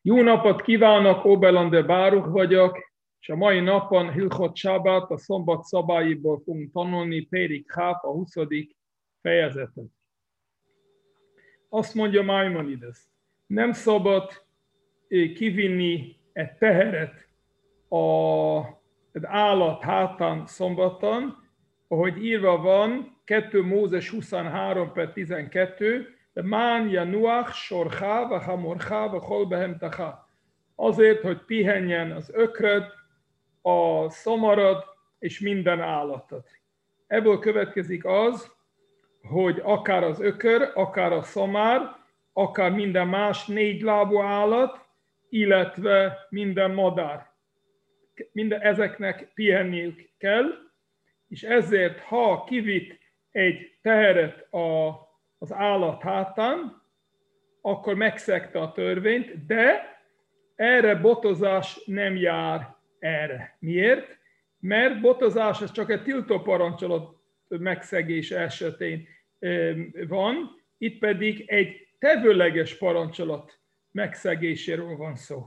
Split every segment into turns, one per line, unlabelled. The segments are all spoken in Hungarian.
Jó napot kívánok, Oberlander Báruch vagyok, és a mai napon Hilchot Sábát, a szombat szabályiból fogunk tanulni, Périk Háf, a 20. fejezetet. Azt mondja Maimonides, nem szabad kivinni egy teheret egy állat hátán szombaton, ahogy írva van, 2 Mózes 23/12, de Mán Januach, Sorchá, Vachamorchá, Vachol Behemtachá. Azért, hogy pihenjen az ökröd, a szomarad és minden állatod. Ebből következik az, hogy akár az ökör, akár a szamár, akár minden más 4 lábú állat, illetve minden madár. Ezeknek pihenniük kell, és ezért, ha kivitt egy teheret az állat hátán, akkor megszegte a törvényt, de erre botozás nem jár erre. Miért? Mert botozás az csak egy tiltó parancsolat megszegés esetén van, itt pedig egy tevőleges parancsolat megszegéséről van szó.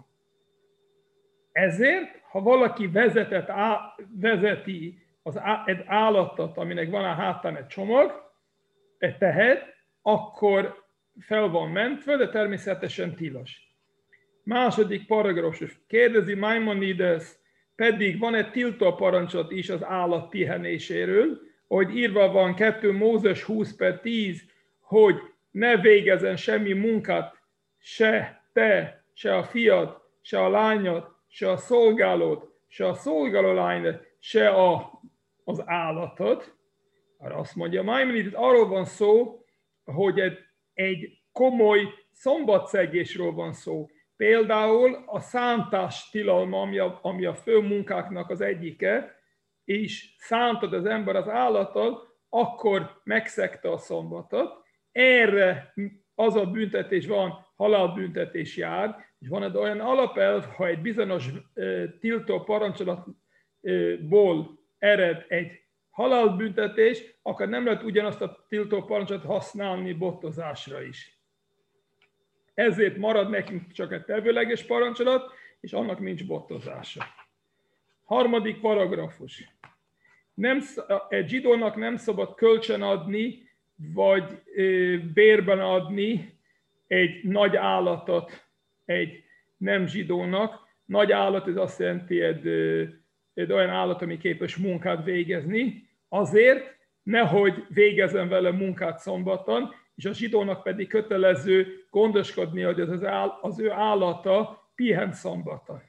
Ezért, ha valaki vezeti egy állatot, aminek van a hátán egy csomag, egy teher, akkor fel van mentve, de természetesen tilos. Második paragrafus. Kérdezi Maimonides, pedig van egy tiltó parancsolat is az állat pihenéséről, hogy írva van 2 Mózes 20/10, hogy ne végezzen semmi munkát, se te, se a fiad, se a lányod, se a szolgálód, se a szolgálólányod, se az állatod. Arra azt mondja Maimonides, arról van szó, hogy egy komoly szombatszegésről van szó. Például a szántás tilalma, ami a fő munkáknak az egyike, és szántad az ember az állatot, akkor megszegte a szombatot. Erre az a büntetés van, halálbüntetés jár, és van egy olyan alapelv, ha egy bizonyos tiltó parancsolatból ered egy halálbüntetés, akkor nem lehet ugyanazt a tiltó parancsot használni botozásra is. Ezért marad nekünk csak egy tevőleges parancsolat, és annak nincs botozása. Harmadik paragrafus. Egy zsidónak nem szabad kölcsön adni, vagy bérben adni egy nagy állatot egy nem zsidónak. Nagy állat, ez azt jelenti egy olyan állat, ami képes munkát végezni, azért, nehogy végezzen vele munkát szombaton, és a zsidónak pedig kötelező gondoskodni, hogy az ő állata pihen szombaton.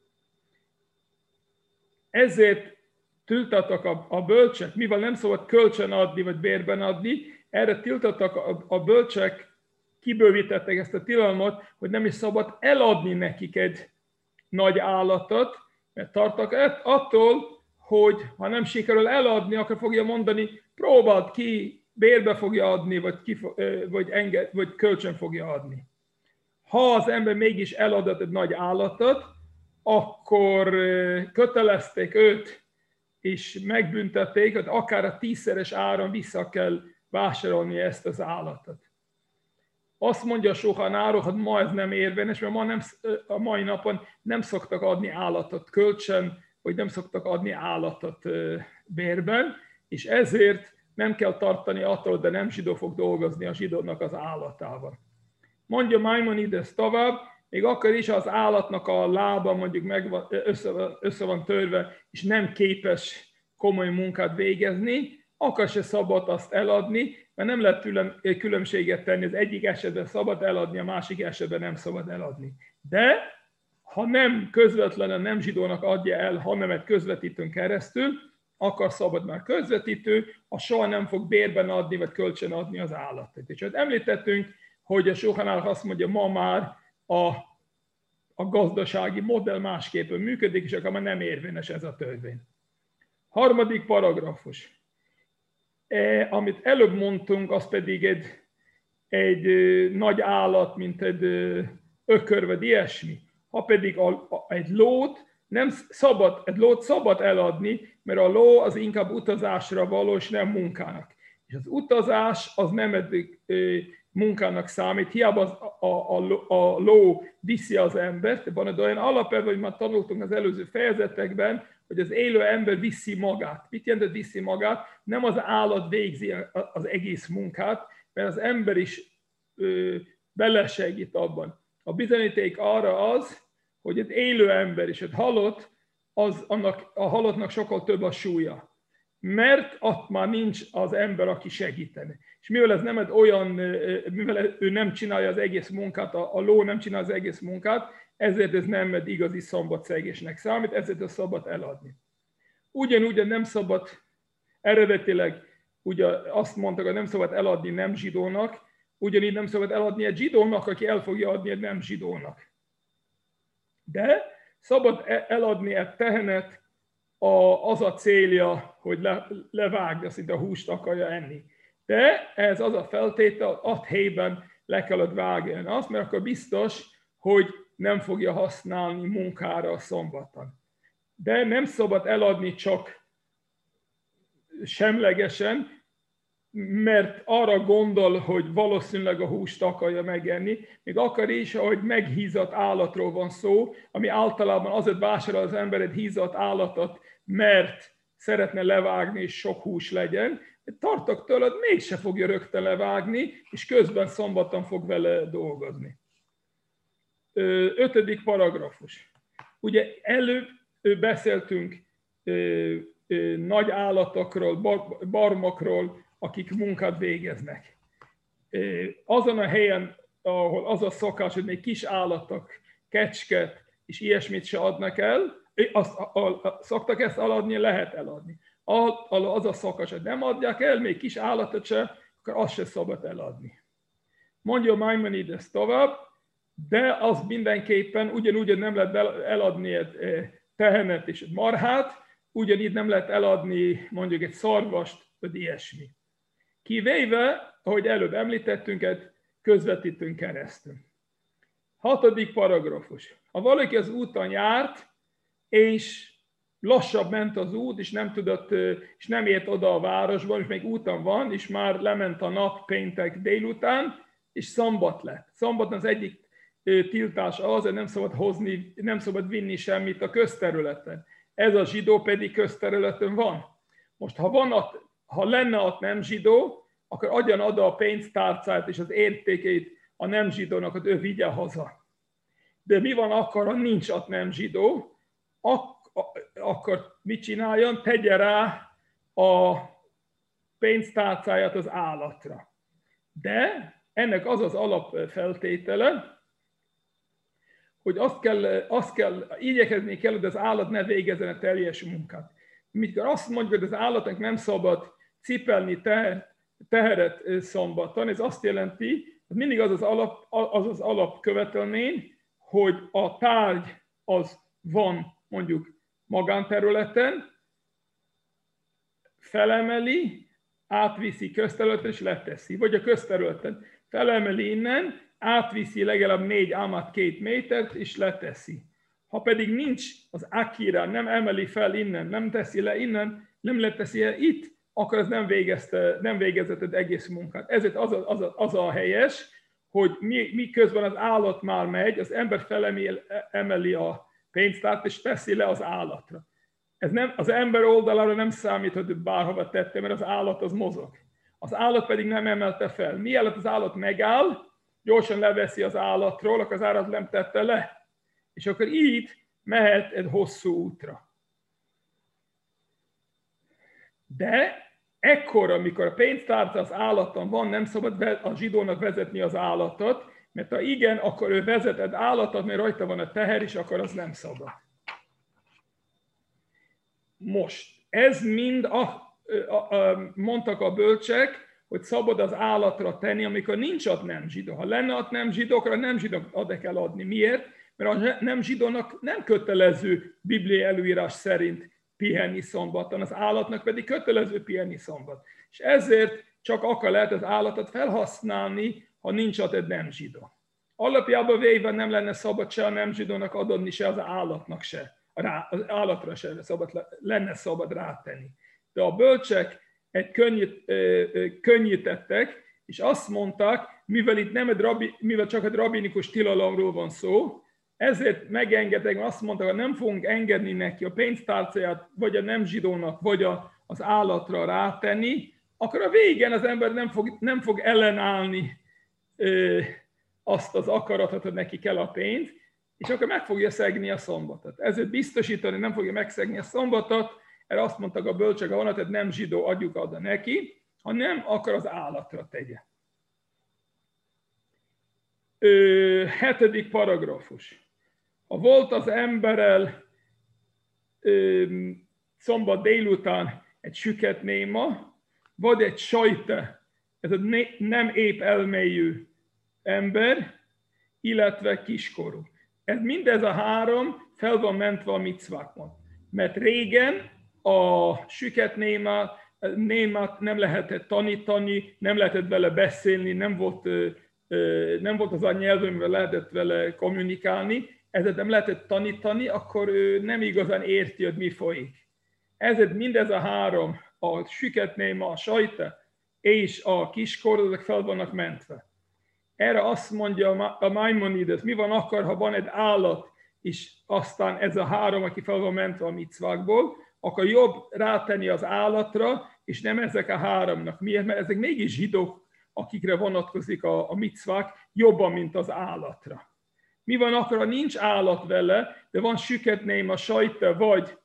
Ezért tiltottak a bölcsek, mivel nem szabad kölcsön adni, vagy bérben adni, erre tiltottak a bölcsek, kibővítettek ezt a tilalmat, hogy nem is szabad eladni nekik egy nagy állatot, mert tartak attól, hogy ha nem sikerül eladni, akkor fogja mondani, próbáld ki, bérbe fogja adni, vagy kölcsön fogja adni. Ha az ember mégis eladott egy nagy állatot, akkor kötelezték őt, és megbüntették, hogy akár a 10-szeres áron vissza kell vásárolni ezt az állatot. Azt mondja a Shulchan Aruch, hogy ma ez nem érvényes, mert a mai napon nem szoktak adni állatot kölcsön, vagy nem szoktak adni állatot bérben, és ezért nem kell tartani attól, de nem zsidó fog dolgozni a zsidónak az állatával. Mondja Maimonides tovább, még akkor is az állatnak a lába mondjuk össze van törve, és nem képes komoly munkát végezni, akkor se szabad azt eladni, mert nem lehet különbséget tenni, az egyik esetben szabad eladni, a másik esetben nem szabad eladni. De ha nem közvetlenül nem zsidónak adja el, hanem egy közvetítőn keresztül, akkor szabad már közvetítő, a soha nem fog bérben adni, vagy kölcsön adni az állatot. És említettünk, hogy a Shulchan Aruch azt mondja, ma már a gazdasági modell másképpen működik, és akkor már nem érvényes ez a törvény. Harmadik paragrafus. Amit előbb mondtunk, az pedig egy nagy állat, mint egy ökör, vagy ilyesmi. Ha pedig egy lót szabad eladni, mert a ló az inkább utazásra való, és nem munkának. És az utazás az nem egy munkának számít, hiába a ló viszi az embert. Van egy olyan alapelv, hogy már tanultunk az előző fejezetekben, hogy az élő ember viszi magát. Mit jelent, hogy viszi magát? Nem az állat végzi az egész munkát, mert az ember is belesegít abban. A bizonyíték arra az, hogy egy élő ember és egy halott, annak a halottnak sokkal több a súlya. Mert ott már nincs az ember, aki segítene. És mivel ez nem egy olyan, mivel ő nem csinálja az egész munkát, a ló nem csinálja az egész munkát, ezért ez nem egy igazi szombatszegésnek számít, ezért a szabad eladni. Ugyanúgy nem szabad, eredetileg ugye azt mondtak, hogy nem szabad eladni nem zsidónak, ugyanígy nem szabad eladni egy zsidónak, aki el fogja adni egy nem zsidónak. De szabad eladni egy tehenet, az a célja, hogy levágja, szinte a húst akarja enni. De ez az a feltétel, ott helyben le kellett vágni azt, mert akkor biztos, hogy nem fogja használni munkára a szombaton. De nem szabad eladni csak semlegesen, mert arra gondol, hogy valószínűleg a húst akarja megenni, még akar is, hogy meghízott állatról van szó, ami általában azért vásárol az ember egy hízott állatot, mert szeretne levágni, és sok hús legyen. Tartok tőled, mégse fogja rögtön levágni, és közben szombaton fog vele dolgozni. 5. paragrafus. Ugye előbb beszéltünk nagy állatokról, barmokról, akik munkát végeznek. Azon a helyen, ahol az a szokás, hogy még kis állatok, kecsket és ilyesmit se adnak el, szoktak ezt eladni, lehet eladni. Az a szokás, hogy nem adják el, még kis állatot se, akkor azt se szabad eladni. Mondja Maimonides tovább, de az mindenképpen ugyanúgy nem lehet eladni egy tehenet és egy marhát, ugyanígy nem lehet eladni mondjuk egy szarvast, vagy ilyesmi. Kivéve, ahogy előbb említettünk, egy közvetítőn keresztül. 6. paragrafus. Ha valaki az úton járt, és lassabb ment az út, és nem tudott, és nem ért oda a városban, és még úton van, és már lement a nap péntek délután, és szombat lett. Szombaton az egyik tiltás az, hogy nem szabad hozni, nem szabad vinni semmit a közterületen. Ez a zsidó pedig közterületen van. Most, ha lenne ott nem zsidó, akkor adjan oda a pénztárcát és az értékét a nem zsidónak, hogy ő vigye haza. De mi van akkor, ha nincs ott nem zsidó? Akkor mit csináljon? Tegye rá a pénztárcáját az állatra. De ennek az az alapfeltétele, hogy azt kell igyekezni kell, hogy az állat ne végezzen a teljes munkát. Mikor azt mondjuk, hogy az állatnak nem szabad cipelni teheret szombaton, ez azt jelenti, hogy mindig az az alapkövetelmény, hogy a tárgy az van mondjuk magánterületen, felemeli, átviszi közterületen és leteszi. Vagy a közterületen felemeli innen, átviszi legalább 4 ámát 2 métert és leteszi. Ha pedig nincs az akira, nem emeli fel innen, nem teszi le innen, nem leteszi el itt, akkor ez nem végezett egész munkát. Ezért az a helyes, hogy miközben az állat már megy, az ember felemeli a pénztárt és teszi le az állatra. Ez nem, az ember oldalára nem számít, hogy bárhova tette, mert az állat az mozog. Az állat pedig nem emelte fel. Mielőtt az állat megáll, gyorsan leveszi az állatról, akkor az állat nem tette le. És akkor így mehet egy hosszú útra. De ekkor, amikor a pénztárca az állaton van, nem szabad a zsidónak vezetni az állatot, mert ha igen, akkor ő vezet egy állatot, mert rajta van a teher, és akkor az nem szabad. Most, ez mind mondtak a bölcsek, hogy szabad az állatra tenni, amikor nincs ott nem zsidó. Ha lenne ott nem zsidó, akkor a nem zsidónak kell adni. Miért? Mert a nem zsidónak nem kötelező bibliai előírás szerint pihenni szombaton, az állatnak pedig kötelező pihenni szombat. És ezért csak akkor lehet az állatot felhasználni, ha nincs ott egy nem zsidó. Alapjában véve nem lenne szabad se a nem zsidónak adni, se az állatnak se. Az állatra se lenne szabad rátenni. De a bölcsek könnyítettek, és azt mondták, mivel itt mivel csak egy rabinikus tilalomról van szó, ezért megengedtek, azt mondták, hogy nem fogunk engedni neki a pénztárcáját, vagy a nem zsidónak, vagy az állatra rátenni, akkor a végén az ember nem fog ellenállni azt az akaratot, hogy neki kell a pénz, és akkor meg fogja szegni a szombatot. Ezért biztosítani nem fogja megszegni a szombatot, erre azt mondtak a bölcsek, ha van, tehát nem zsidó, adjuk oda neki, ha nem, akkor az állatra tegye. 7. paragrafus. Ha volt az emberrel szombat délután egy süket néma, vagy egy sajte, ez a nem épp elmélyű ember, illetve kiskorú. Mindez a három fel van mentve a micvákon. Mert régen a süket némát nem lehetett tanítani, nem lehetett vele beszélni, nem volt az a nyelv, amivel lehetett vele kommunikálni, ezért nem lehetett tanítani, akkor ő nem igazán érti, hogy mi folyik. Ezért mindez a három, a süket néma, a sajta és a kiskorú, ezek fel vannak mentve. Erre azt mondja a Maimonides, mi van akkor, ha van egy állat, és aztán ez a három, aki fel van mentve a micvákból, akkor jobb rátenni az állatra, és nem ezek a háromnak. Miért? Mert ezek mégis zsidók, akikre vonatkozik a micvák, jobban, mint az állatra. Mi van akkor, ha nincs állat vele, de van süket néma, sajta, vagy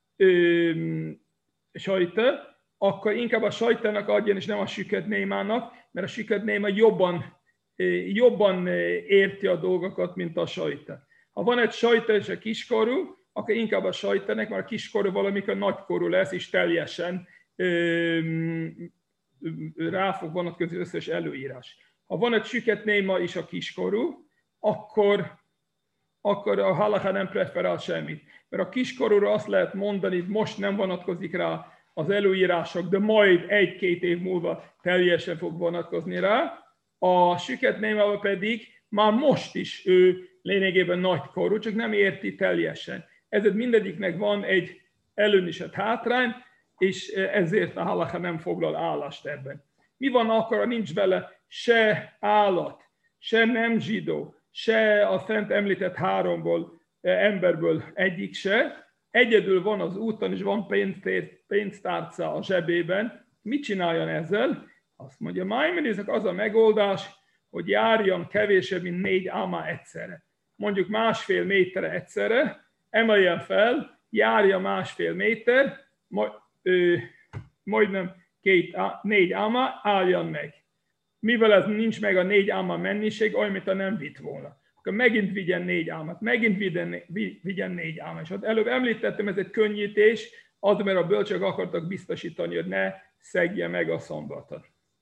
sajta, akkor inkább a sajtának adjon, és nem a süket némának, mert a süket néma jobban érti a dolgokat, mint a sajta. Ha van egy sajta és a kiskorú, akkor inkább a sajtának, mert a kiskorú valamikor nagykorú lesz, és teljesen rá fog vonatkozni az összes előírás. Ha van egy süket néma és a kiskorú, akkor a halacha nem preferál semmit. Mert a kiskorúra azt lehet mondani, hogy most nem vonatkozik rá az előírások, de majd 1-2 év múlva teljesen fog vonatkozni rá. A süket némával pedig már most is ő lényegében nagykorú, csak nem érti teljesen. Ezért mindegyiknek van egy előny és egy hátrány, és ezért a halacha nem foglal állást ebben. Mi van akkor, ha nincs vele se állat, se nem zsidó, se a fent említett háromból emberből egyik se, egyedül van az úton, és van pénztárca a zsebében, mit csináljon ezzel? Azt mondja, Maimonides, az a megoldás, hogy járjon kevésebb, mint 4 áma egyszerre. Mondjuk 1,5 méterre egyszerre, emeljen fel, járja 1,5 méter, majdnem 4 áma, álljon meg. Mivel ez nincs meg a 4 áma mennyiség, olyan, mint ha nem vitt volna. Akkor megint vigyen 4 ámát, megint vigyen 4 ámát. És előbb említettem, ez egy könnyítés, az, mert a bölcsök akartak biztosítani, hogy ne szegje meg a szombatot.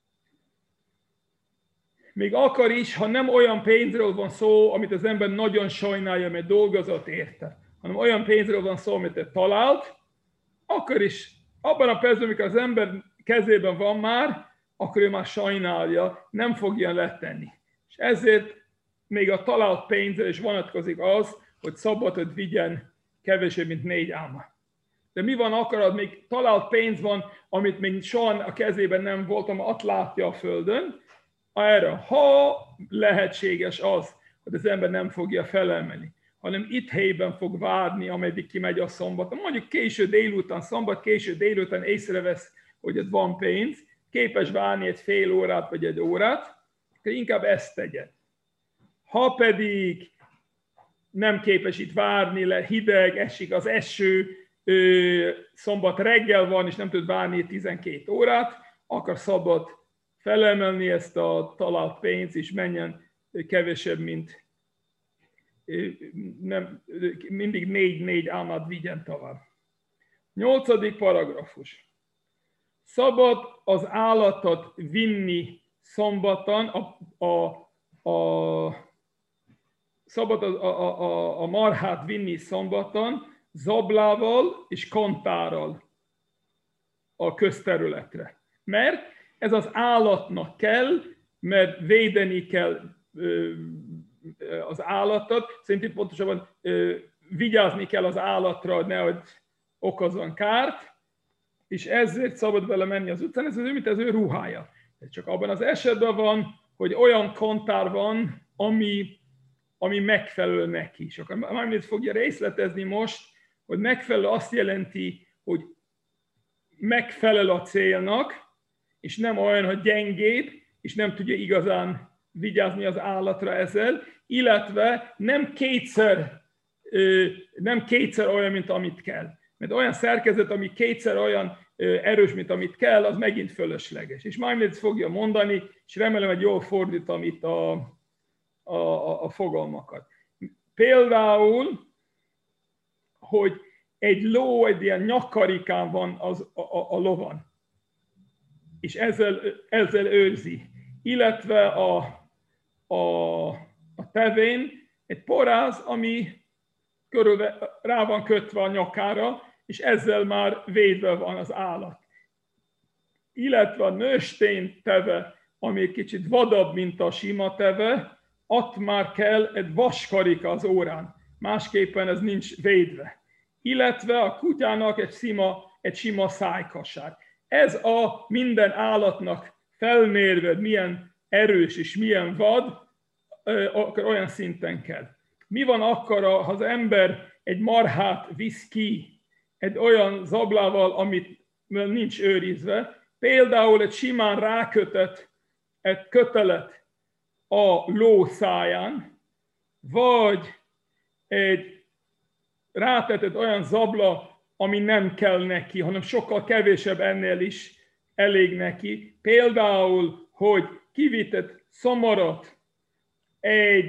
Még akkor is, ha nem olyan pénzről van szó, amit az ember nagyon sajnálja, mert dolgozott érte, hanem olyan pénzről van szó, amit talált, akkor is abban a percben, amikor az ember kezében van már, akkor ő már sajnálja, nem fogja letenni. És ezért még a talált pénzre is vonatkozik az, hogy szabadot vigyen kevesebb, mint 4 áma. De mi van akkor, hogy még talált pénz van, amit még soha a kezében nem volt, ami azt látja a földön, erre, ha lehetséges az, hogy az ember nem fogja felemelni, hanem itt helyben fog várni, ameddig kimegy a szombaton. Mondjuk késő délután, szombat késő délután észrevesz, hogy ott van pénz, képes várni egy fél órát vagy egy órát, akkor inkább ezt tegyen. Ha pedig nem képes itt várni, hideg, esik az eső, szombat reggel van, és nem tud várni 12 órát, akkor szabad felemelni ezt a talált pénzt, és menjen kevesebb, mint mindig 4 ámát vigyen tovább. 8. paragrafus. Szabad az állatot vinni szombaton, szabad a marhát vinni szombaton, zablával és kantárral a közterületre. Mert ez az állatnak kell, mert védeni kell az állatot, szerintem pontosabban vigyázni kell az állatra, nehogy okozzon kárt, és ezért szabad vele menni az utcán, ez az ő, mint az ő ruhája. Ez csak abban az esetben van, hogy olyan kantár van, ami megfelelő neki. És akkor Maimonides fogja részletezni most, hogy megfelelő azt jelenti, hogy megfelel a célnak, és nem olyan, hogy gyengébb, és nem tudja igazán vigyázni az állatra ezzel, illetve nem kétszer olyan, mint amit kell. Mert olyan szerkezet, ami kétszer olyan erős, mint amit kell, az megint fölösleges. És Maimonides fogja mondani, és remélem, hogy jól fordítom itt a fogalmakat. Például, hogy egy ló egy ilyen nyakarikán van a lovon, és ezzel őrzi. Illetve a tevén egy poráz, ami körül rá van kötve a nyakára, és ezzel már védve van az állat. Illetve a nőstény teve, ami egy kicsit vadabb, mint a sima teve, ott már kell egy vaskarika az órán. Másképpen ez nincs védve. Illetve a kutyának egy sima szájkasár. Ez a minden állatnak felmérve, milyen erős és milyen vad, akkor olyan szinten kell. Mi van akkor, ha az ember egy marhát visz ki egy olyan zablával, amit nincs őrizve, például egy simán rákötött egy kötelet a ló száján, vagy egy rátetett olyan zabla, ami nem kell neki, hanem sokkal kevésebb ennél is elég neki. Például, hogy kivitett szomarat egy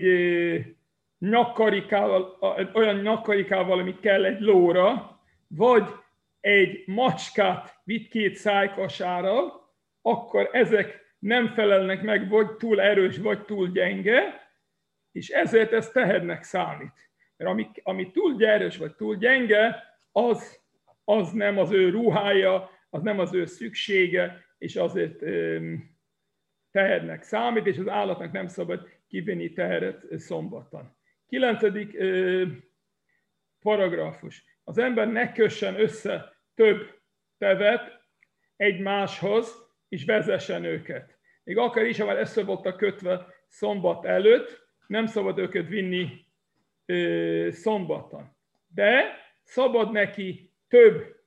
olyan nyakarikával, ami kell egy lóra, vagy egy macskát vitt két szájkasárral, akkor ezek nem felelnek meg, vagy túl erős, vagy túl gyenge, és ezért ez tehernek számít. Mert ami túl erős, vagy túl gyenge, az nem az ő ruhája, az nem az ő szüksége, és azért tehernek számít, és az állatnak nem szabad kivenni teheret szombaton. 9. paragrafus. Az ember ne kössen össze több tevet egymáshoz, és vezessen őket. Még akár is, ha már össze voltak kötve szombat előtt, nem szabad őket vinni szombaton. De szabad neki több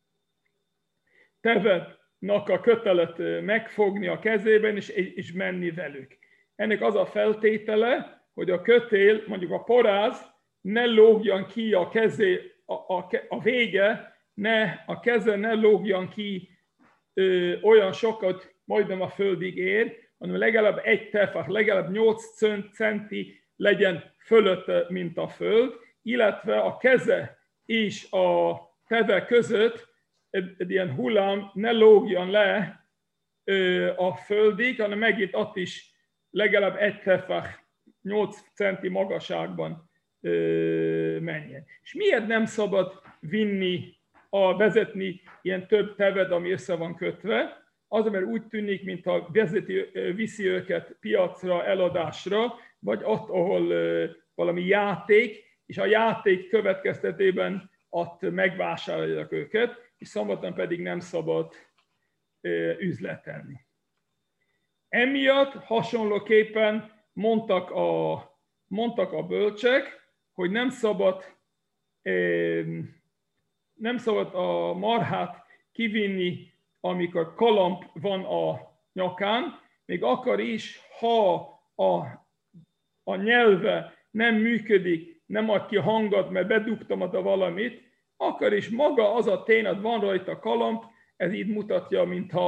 tevetnek a kötelet megfogni a kezében, és menni velük. Ennek az a feltétele, hogy a kötél, mondjuk a poráz, ne lógjan ki a kezé, a vége, a keze ne lógjan ki olyan sokat, majdnem a földig ér, hanem legalább egy tefach, legalább 8 centi legyen fölötte, mint a föld, illetve a keze és a teve között egy ilyen hullám ne lógjon le a földig, hanem megint ott is legalább egy tefach 8 centi magasságban menjen. És miért nem szabad vezetni ilyen több tevet, ami össze van kötve? Az, mert úgy tűnik, mintha viszi őket piacra, eladásra, vagy ott, ahol valami játék, és a játék következtetében ott megvásárolják őket, és szombaton pedig nem szabad üzletelni. Emiatt hasonlóképpen mondtak a bölcsek, hogy nem szabad a marhát kivinni, amikor kalamb van a nyakán, még akkor is, ha a nyelve nem működik, nem ad ki hangot, mert bedugtam oda valamit, akkor is maga az a tény, hogy van rajta kalamb, ez így mutatja,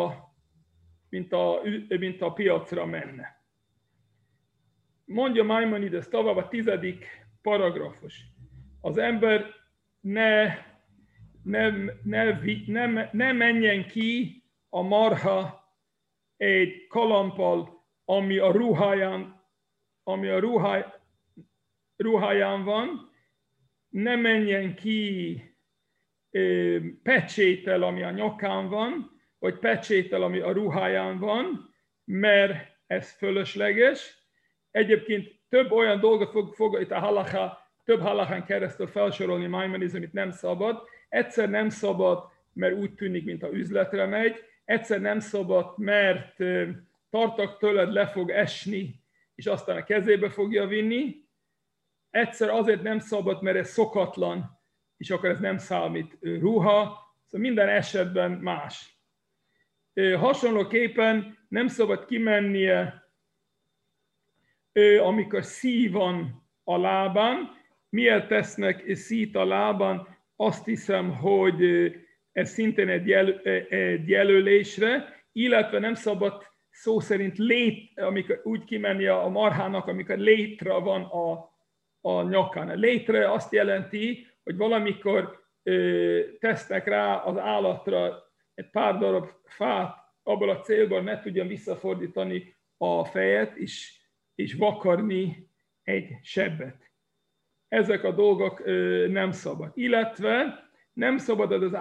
mint a piacra menne. Mondja Maimonides tovább a 10. paragrafus. Az ember ne menjen ki a marha egy kalambbal, ami a ruháján van, ne menjen ki pecséttel, ami a nyakán van, vagy pecséttel, ami a ruháján van, mert ez fölösleges. Egyébként több olyan dolgot fog itt a halacha, több halachán keresztül felsorolni Maimonides, amit nem szabad. Egyszer nem szabad, mert úgy tűnik, mintha üzletre megy, egyszer nem szabad, mert tartak tőled, le fog esni, és aztán a kezébe fogja vinni. Egyszer azért nem szabad, mert ez szokatlan, és akkor ez nem számít ruha. Szóval minden esetben más. Hasonlóképpen nem szabad kimennie, amikor szí van a lábán. Miért tesznek szít a lábán? Azt hiszem, hogy ez szintén egy jelölésre, illetve nem szabad szó szerint amikor úgy kimenni a marhának, amikor létre van a nyakán. A létre azt jelenti, hogy valamikor tesznek rá az állatra egy pár darab fát, abból a célból ne tudjon visszafordítani a fejet, és vakarni egy sebbet. Ezek a dolgok nem szabad. Illetve nem szabad, hogy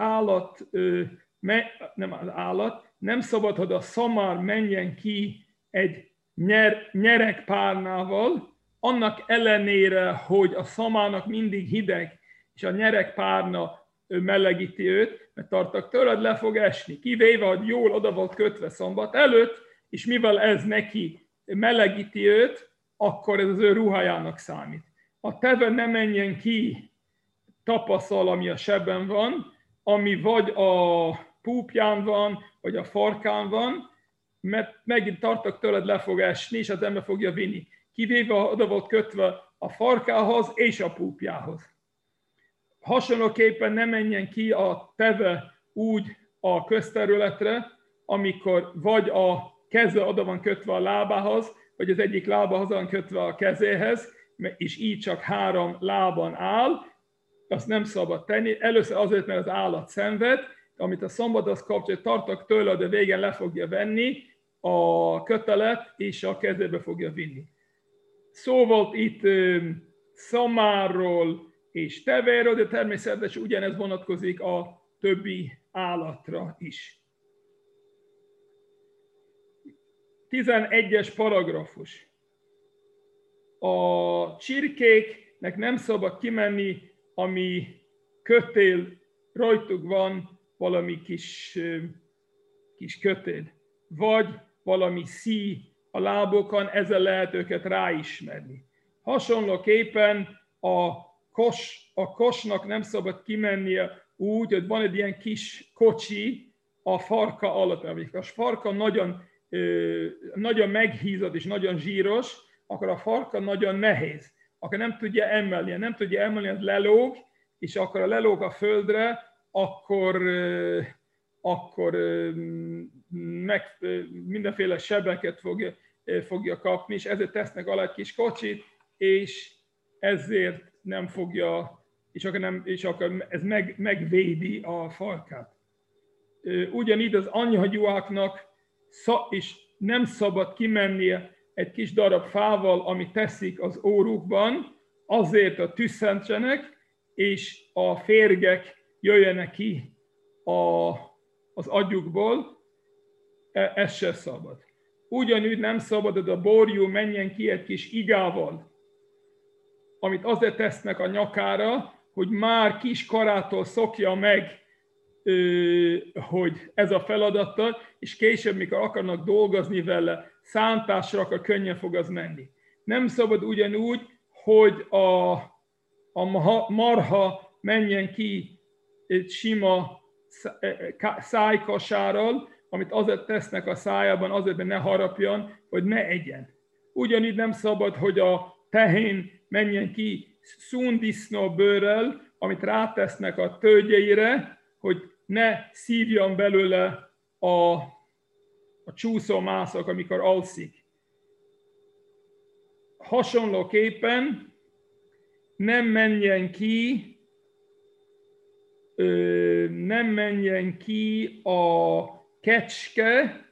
nem szabad, hogy a szamár menjen ki egy nyeregpárnával, annak ellenére, hogy a szamának mindig hideg, és a nyeregpárna melegíti őt, mert tartak tőled, le fog esni. Kivéve, hogy jól oda volt kötve szombat előtt, és mivel ez neki melegíti őt, akkor ez az ő ruhájának számít. A teve ne menjen ki tapaszal, ami a sebben van, ami vagy a púpján van, vagy a farkán van, mert megint tartak tőled, le fog esni, és az ember fogja vinni. Kivéve, oda volt kötve a farkához és a púpjához. Hasonlóképpen nem menjen ki a teve úgy a közterületre, amikor vagy a keze oda van kötve a lábához, vagy az egyik lába oda van kötve a kezéhez, és így csak 3 lábon áll, azt nem szabad tenni. Először azért, mert az állat szenved, amit a szombathoz kapcsolatban tartak tőle, de végén le fogja venni a kötelet, és a kezébe fogja vinni. Szó volt itt szamárról és tevéről, de természetesen ugyanez vonatkozik a többi állatra is. 11-es paragrafus. A csirkéknek nem szabad kimenni, ami kötél, rajtuk van valami kis kötél, vagy valami szí a lábokon, ezzel lehet őket ráismerni. Hasonlóképpen a kosnak nem szabad kimennie úgy, hogy van egy ilyen kis kocsi a farka alatt. Amikor a farka nagyon meghízott és nagyon zsíros, akkor a farka nagyon nehéz. Akkor nem tudja emelni, az lelóg, és akkor a lelóg a földre, akkor mindenféle sebeket fogja kapni, és ezért tesznek alá egy kis kocsit, és ezért nem fogja, és akkor ez megvédi a farkát. Ugyanígy az anyahagyúáknak is nem szabad kimennie egy kis darab fával, amit teszik az órukban, azért a tüsszentsenek, és a férgek jöjjenek ki az agyukból, ez se szabad. Ugyanúgy nem szabad, hogy a borjú menjen ki egy kis igával, amit azért tesznek a nyakára, hogy már kis karától szokja meg, hogy ez a feladata, és később, mikor akarnak dolgozni vele, szántásra, akkor könnyen fog az menni. Nem szabad ugyanúgy, hogy a marha menjen ki egy sima szájkasárral, amit azért tesznek a szájában, azért, hogy ne harapjon, hogy ne egyen. Ugyanígy nem szabad, hogy a tehén menjen ki szúndisznó bőrrel, amit rátesznek a tőgyeire, hogy ne szívjon belőle a csúszómászok, amikor alszik. Hasonlóképpen nem menjen ki a kecske,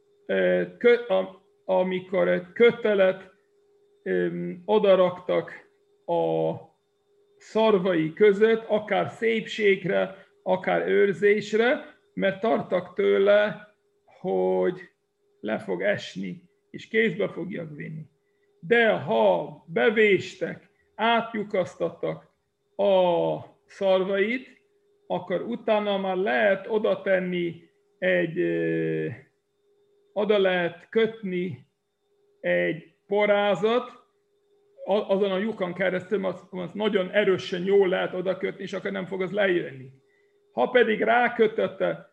amikor egy kötelet odaraktak a szarvai között, akár szépségre, akár őrzésre, mert tartak tőle, hogy le fog esni, és kézbe fogják vinni. De ha bevéstek, átlyukasztattak a szarvait, akkor utána már lehet oda tenni oda lehet kötni egy parázat, azon a lyukon keresztül az nagyon erősen jól lehet oda kötni, és akkor nem fog az lejönni. Ha pedig rákötötte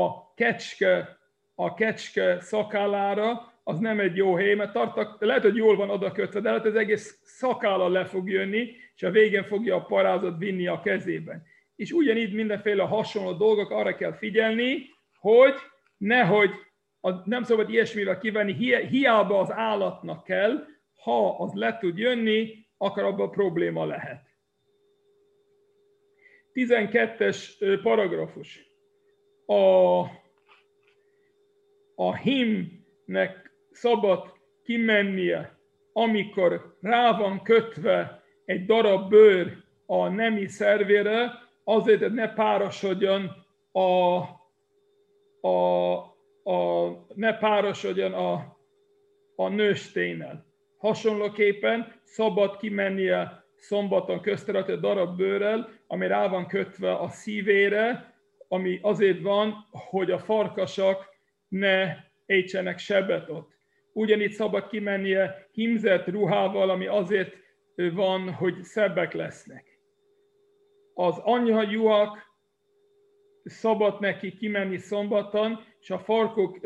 a kecske szakállára, az nem egy jó hely, mert lehet, hogy jól van oda kötve, de lehet, az egész szakállal le fog jönni, és a végén fogja a parázat vinni a kezében. És ugyanígy mindenféle hasonló dolgok, arra kell figyelni, hogy nehogy nem szabad ilyesmivel kivenni, hiába az állatnak kell, ha az le tud jönni, akkor abban probléma lehet. 12. paragrafus. A hímnek szabad kimennie, amikor rá van kötve egy darab bőr a nemi szervére, azért, hogy ne párosodjon a nősténnel. Hasonlóképpen szabad kimennie szombaton közterületre darab bőrrel, ami rá van kötve a szívére, ami azért van, hogy a farkasak ne ejtsenek sebet ott. Ugyanígy szabad kimennie hímzett ruhával, ami azért van, hogy szebbek lesznek. Az anyjajuhak szabad neki kimenni szombaton, és a farkuk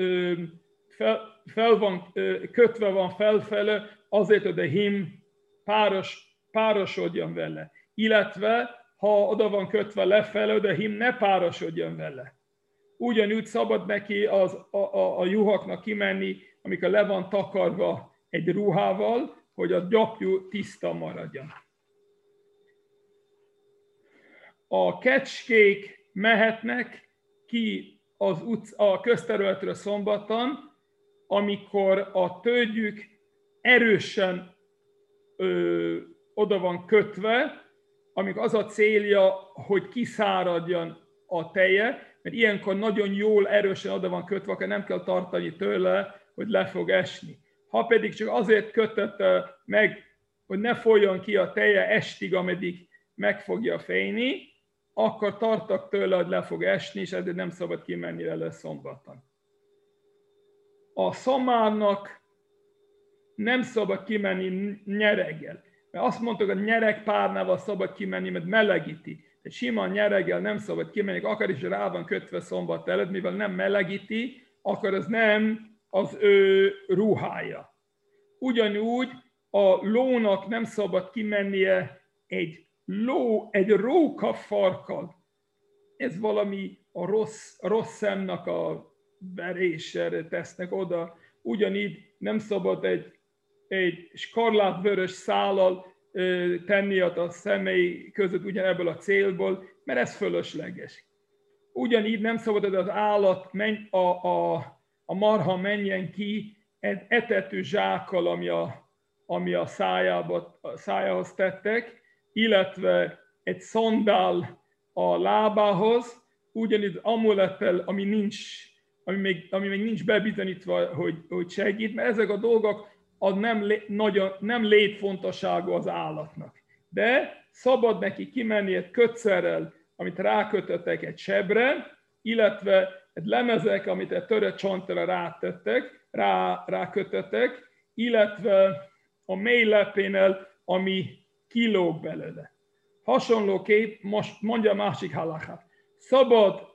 kötve van felfele, azért, hogy a hím párosodjon vele. Illetve, ha oda van kötve lefele, de a hím ne párosodjon vele. Ugyanúgy szabad neki a juhaknak kimenni, amikor le van takarva egy ruhával, hogy a gyapjú tiszta maradjon. A kecskék mehetnek ki a közterületre szombaton, amikor a tölgyük erősen oda van kötve, amikor az a célja, hogy kiszáradjon a teje, mert ilyenkor nagyon jól, erősen oda van kötve, akkor nem kell tartani tőle, hogy le fog esni. Ha pedig csak azért kötötte meg, hogy ne folyjon ki a teje estig, ameddig meg fogja fényni, akkor tartak tőle, hogy le fog esni, és ezért nem szabad kimenni vele szombaton. A szamárnak nem szabad kimenni nyereggel. Mert azt mondtuk, hogy nyeregpárnával szabad kimenni, mert melegíti. De sima nyereggel nem szabad kimenni, akár is rá van kötve szombat előtt, mivel nem melegíti, akkor ez nem az ő ruhája. Ugyanúgy a lónak nem szabad kimennie egy róka farkkal. Ez valami a rossz szemnek a verésére tesznek oda. Ugyanígy nem szabad egy skarlátvörös szállal tenni a szemei között ugyanebből a célból, mert ez fölösleges. Ugyanígy nem szabad, hogy az állat, a marha menjen ki egy etető zsákkal, ami a szájához tettek, illetve egy szandál a lábához, ugyanígy amulettel, ami még nincs bebizonyítva, hogy segít, mert ezek a dolgok az nem létfontosságú az állatnak. De szabad neki kimenni egy kötszerrel, amit rákötöttek egy sebre, illetve egy lemezek, amit egy törött csontra rákötöttek, illetve a mély lepénnel, ami kilóg belőle. Hasonlóképp, most mondja a másik halakát. Szabad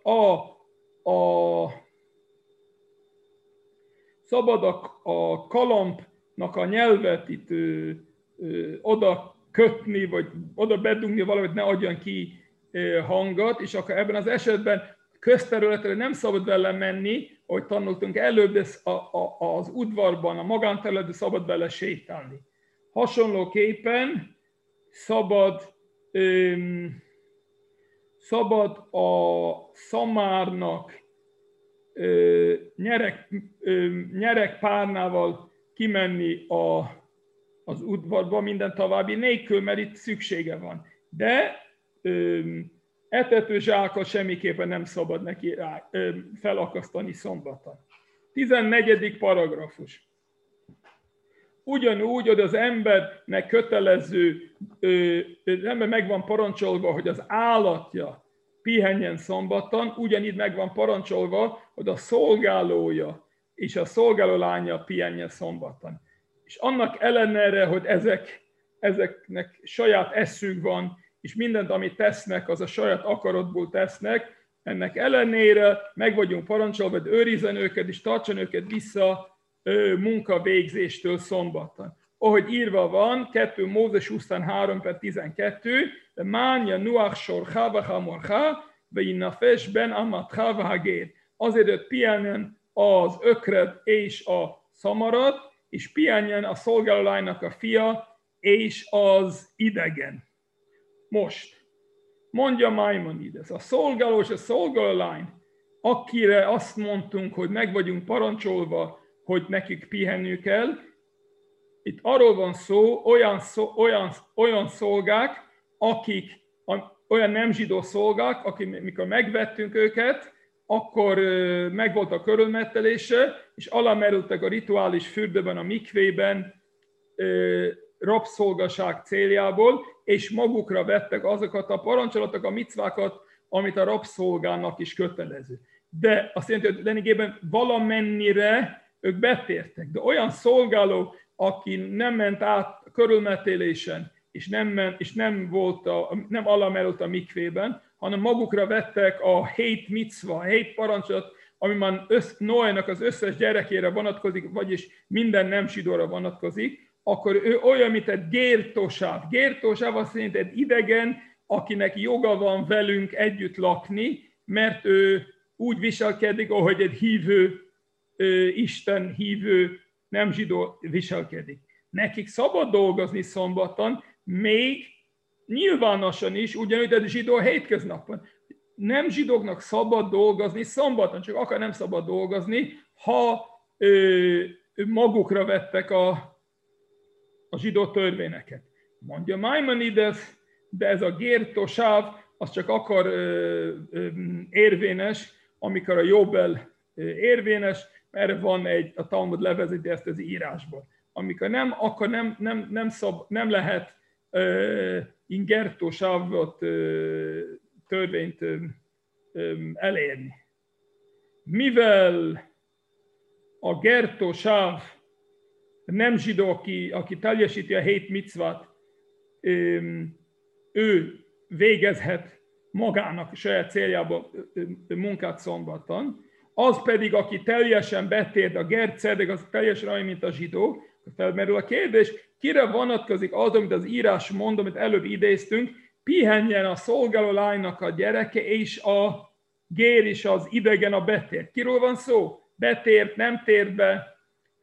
a kalambnak a nyelvet itt oda kötni, vagy oda bedugni valamit, ne adjon ki hangot, és akkor ebben az esetben közterületre nem szabad vele menni, ahogy tanultunk előbb, de az udvarban, a magánterületben szabad vele sétálni. Hasonlóképpen szabad a szamárnak nyeregpárnával kimenni az udvarba minden további nélkül, mert itt szüksége van. De etetőzsákkal semmiképpen nem szabad neki felakasztani szombaton. 14. paragrafus. Ugyanúgy, hogy az embernek kötelező, az ember meg van parancsolva, hogy az állatja pihenjen szombaton, ugyanígy meg van parancsolva, hogy a szolgálója és a szolgálólánya pihenjen szombaton. És annak ellenére, hogy ezeknek saját eszük van, és mindent, amit tesznek, az a saját akaratból tesznek, ennek ellenére meg vagyunk parancsolva, hogy őrizzen őket, és tartson őket vissza munkavégzéstől szombaton. Ahogy írva van, 2 Mózes 23/12, de mánya nuach sorcha v'hamorcha, v'innafesh ben amatcha v'hagér. Azért, hogy pihenjen az ökred és a szamarat, és pihenjen a szolgálólánynak a fia, és az idegen. Most, mondja Maimonides, a szolgáló és a szolgálólány, akire azt mondtunk, hogy meg vagyunk parancsolva, hogy nekik pihenniük kell, itt arról van szó, olyan szolgák, akik, olyan nem zsidó szolgák, akik, mikor megvettünk őket, akkor megvolt a körülmetelése, és alámerültek a rituális fürdőben, a mikvében, rabszolgaság céljából, és magukra vettek azokat a parancsolatokat, a micvákat, amit a rabszolgának is kötelező. De azt jelenti, hogy lényegében valamennyire ők betértek. De olyan szolgáló, aki nem ment át a körülmetélésen, és nem alámerült a mikvében, hanem magukra vettek a 7 micva, 7 parancsolat, ami már Noénak az összes gyerekére vonatkozik, vagyis minden nem zsidóra vonatkozik, akkor ő olyan, mint egy gértosáv. Gértosáv azt jelenti egy idegen, akinek joga van velünk együtt lakni, mert ő úgy viselkedik, ahogy egy hívő, Isten hívő nem zsidó viselkedik. Nekik szabad dolgozni szombaton, még nyilvánosan is, ugyanúgy egy zsidó hétköznapon. Nem zsidóknak szabad dolgozni szombaton, csak akár nem szabad dolgozni, ha magukra vettek a zsidó törvényeket. Mondja Maimonides, de ez a gértosáv, az csak akkor érvényes, amikor a Jobel érvényes, mert van a Talmud levezeti ezt az írásból. Amikor nem, akkor nem lehet gértosávot törvényt elérni. Mivel a gértosáv nem zsidó, aki teljesíti a 7 micvát, ő végezhet magának saját céljába munkát szombaton, az pedig, aki teljesen betért, a gercedek, az teljesen olyan, mint a zsidó, felmerül a kérdés, kire vonatkozik az, amit az írás mond, amit előbb idéztünk, pihenjen a szolgáló lánynak a gyereke, és a gér is az idegen a betért. Kiről van szó? Betért, nem tért be?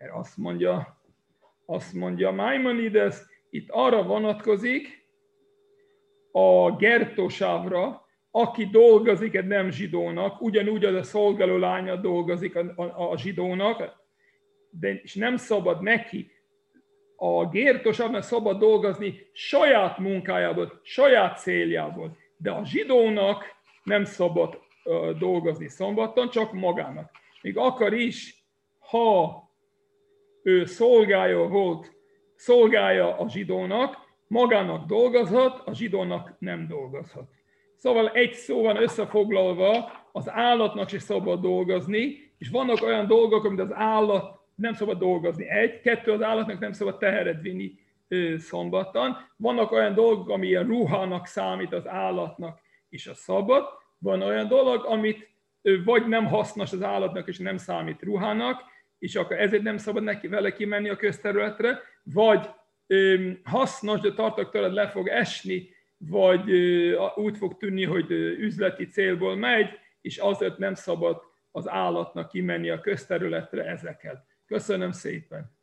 Azt mondja Maimonides, itt arra vonatkozik a gertosávra, aki dolgozik egy nem zsidónak, ugyanúgy az a szolgáló lánya dolgozik a zsidónak, de és nem szabad neki, a gértosávnak szabad dolgozni saját munkájából, saját céljából, de a zsidónak nem szabad dolgozni szombaton, csak magának. Még akar is, ha ő szolgálja a zsidónak, magának dolgozhat, a zsidónak nem dolgozhat. Szóval egy szóval összefoglalva, az állatnak is szabad dolgozni, és vannak olyan dolgok, amit az állat nem szabad dolgozni. 1, 2, az állatnak nem szabad teheret vinni szombaton. Vannak olyan dolgok, ami ilyen ruhának számít az állatnak és a szabad. Van olyan dolog, amit vagy nem hasznos az állatnak, és nem számít ruhának, és akkor ezért nem szabad neki vele kimenni a közterületre, vagy hasznos, de tartok tőled le fog esni, vagy úgy fog tűnni, hogy üzleti célból megy, és azért nem szabad az állatnak kimenni a közterületre ezekkel. Köszönöm szépen!